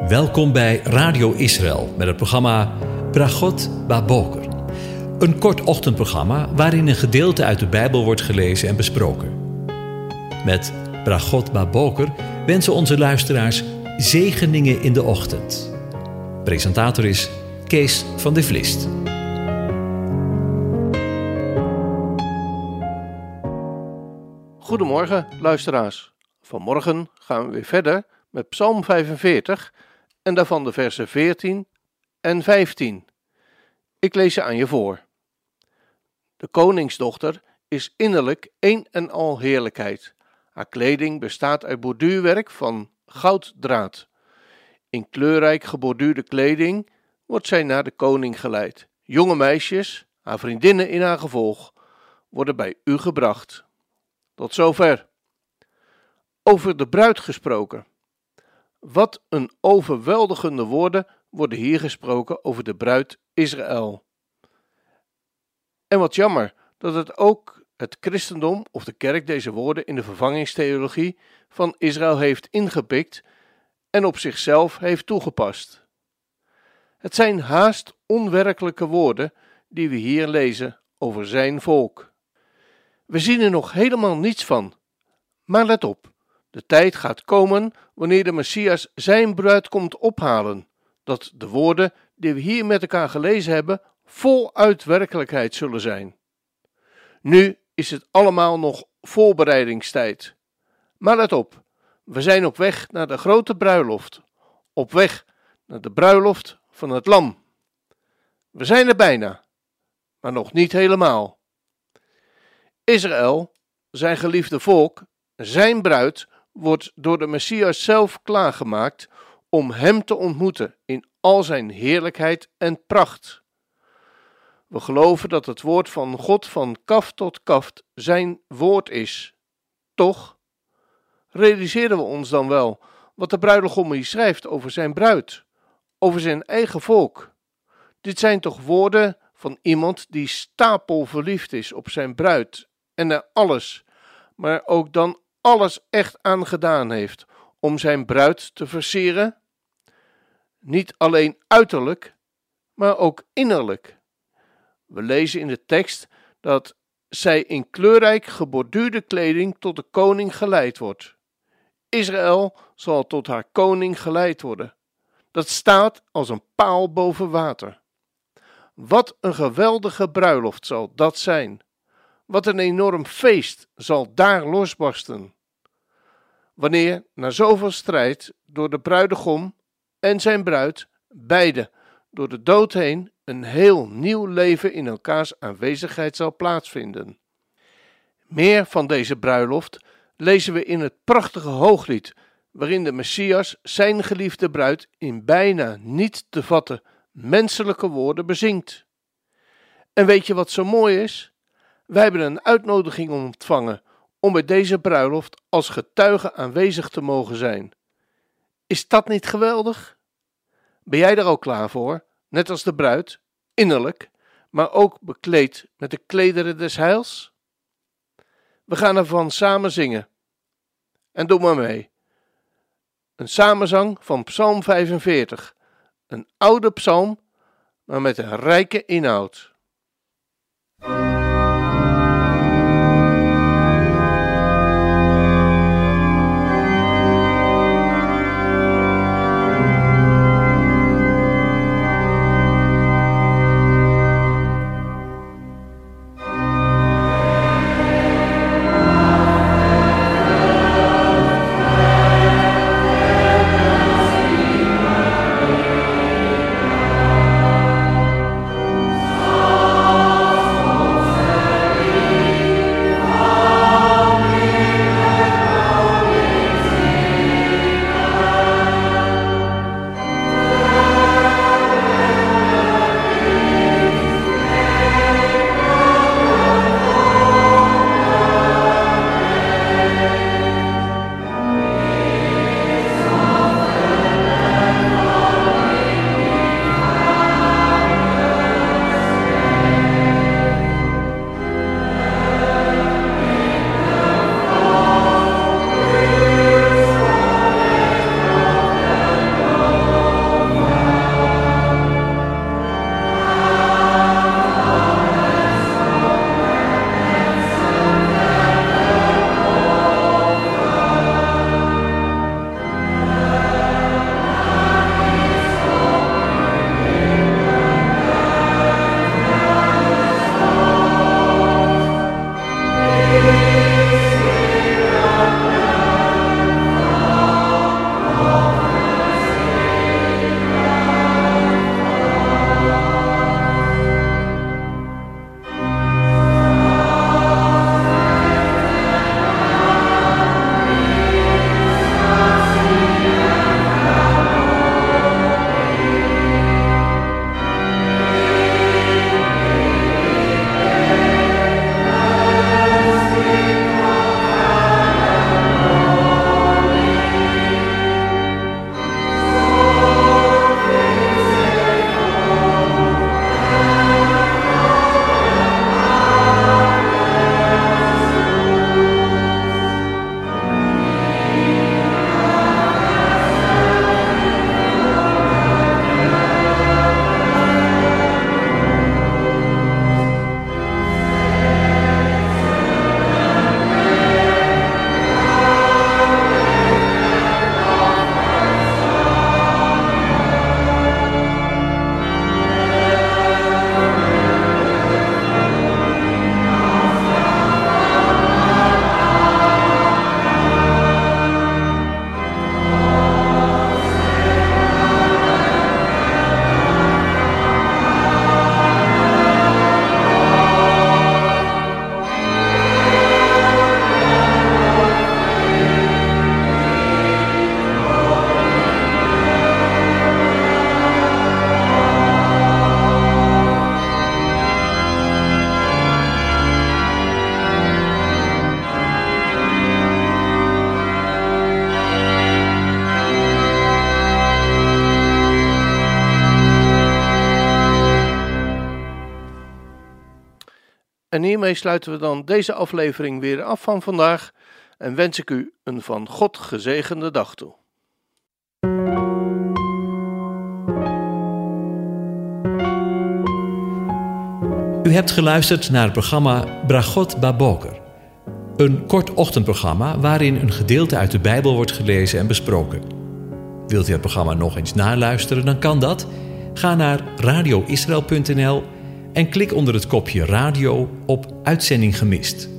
Welkom bij Radio Israël met het programma Bragot Baboker. Een kort ochtendprogramma waarin een gedeelte uit de Bijbel wordt gelezen en besproken. Met Bragot Baboker wensen onze luisteraars zegeningen in de ochtend. Presentator is Kees van de Vlist. Goedemorgen luisteraars. Vanmorgen gaan we weer verder met Psalm 45 en daarvan de versen 14 en 15. Ik lees ze aan je voor. De koningsdochter is innerlijk een en al heerlijkheid. Haar kleding bestaat uit borduurwerk van gouddraad. In kleurrijk geborduurde kleding wordt zij naar de koning geleid. Jonge meisjes, haar vriendinnen in haar gevolg, worden bij u gebracht. Tot zover. Over de bruid gesproken. Wat een overweldigende woorden worden hier gesproken over de bruid Israël. En wat jammer dat het ook het christendom of de kerk deze woorden in de vervangingstheologie van Israël heeft ingepikt en op zichzelf heeft toegepast. Het zijn haast onwerkelijke woorden die we hier lezen over zijn volk. We zien er nog helemaal niets van, maar let op. De tijd gaat komen wanneer de Messias zijn bruid komt ophalen, dat de woorden die we hier met elkaar gelezen hebben voluit werkelijkheid zullen zijn. Nu is het allemaal nog voorbereidingstijd. Maar let op, we zijn op weg naar de grote bruiloft, op weg naar de bruiloft van het lam. We zijn er bijna, maar nog niet helemaal. Israël, zijn geliefde volk, zijn bruid, wordt door de Messias zelf klaargemaakt om hem te ontmoeten in al zijn heerlijkheid en pracht. We geloven dat het woord van God van kaf tot kaf zijn woord is. Toch realiseren we ons dan wel wat de bruidegom hier schrijft over zijn bruid, over zijn eigen volk. Dit zijn toch woorden van iemand die stapelverliefd is op zijn bruid en er alles, maar ook dan alles echt aan gedaan heeft om zijn bruid te versieren? Niet alleen uiterlijk, maar ook innerlijk. We lezen in de tekst dat zij in kleurrijk geborduurde kleding tot de koning geleid wordt. Israël zal tot haar koning geleid worden. Dat staat als een paal boven water. Wat een geweldige bruiloft zal dat zijn. Wat een enorm feest zal daar losbarsten. Wanneer, na zoveel strijd, door de bruidegom en zijn bruid, beide door de dood heen, een heel nieuw leven in elkaars aanwezigheid zal plaatsvinden. Meer van deze bruiloft lezen we in het prachtige hooglied, waarin de Messias zijn geliefde bruid in bijna niet te vatten menselijke woorden bezingt. En weet je wat zo mooi is? Wij hebben een uitnodiging ontvangen om bij deze bruiloft als getuige aanwezig te mogen zijn. Is dat niet geweldig? Ben jij er ook klaar voor, net als de bruid, innerlijk, maar ook bekleed met de klederen des heils? We gaan ervan samen zingen. En doe maar mee. Een samenzang van Psalm 45, een oude psalm, maar met een rijke inhoud. Oh En hiermee sluiten we dan deze aflevering weer af van vandaag en wens ik u een van God gezegende dag toe. U hebt geluisterd naar het programma Bragot Baboker. Een kort ochtendprogramma waarin een gedeelte uit de Bijbel wordt gelezen en besproken. Wilt u het programma nog eens naluisteren, dan kan dat. Ga naar radioisrael.nl en klik onder het kopje radio op Uitzending gemist.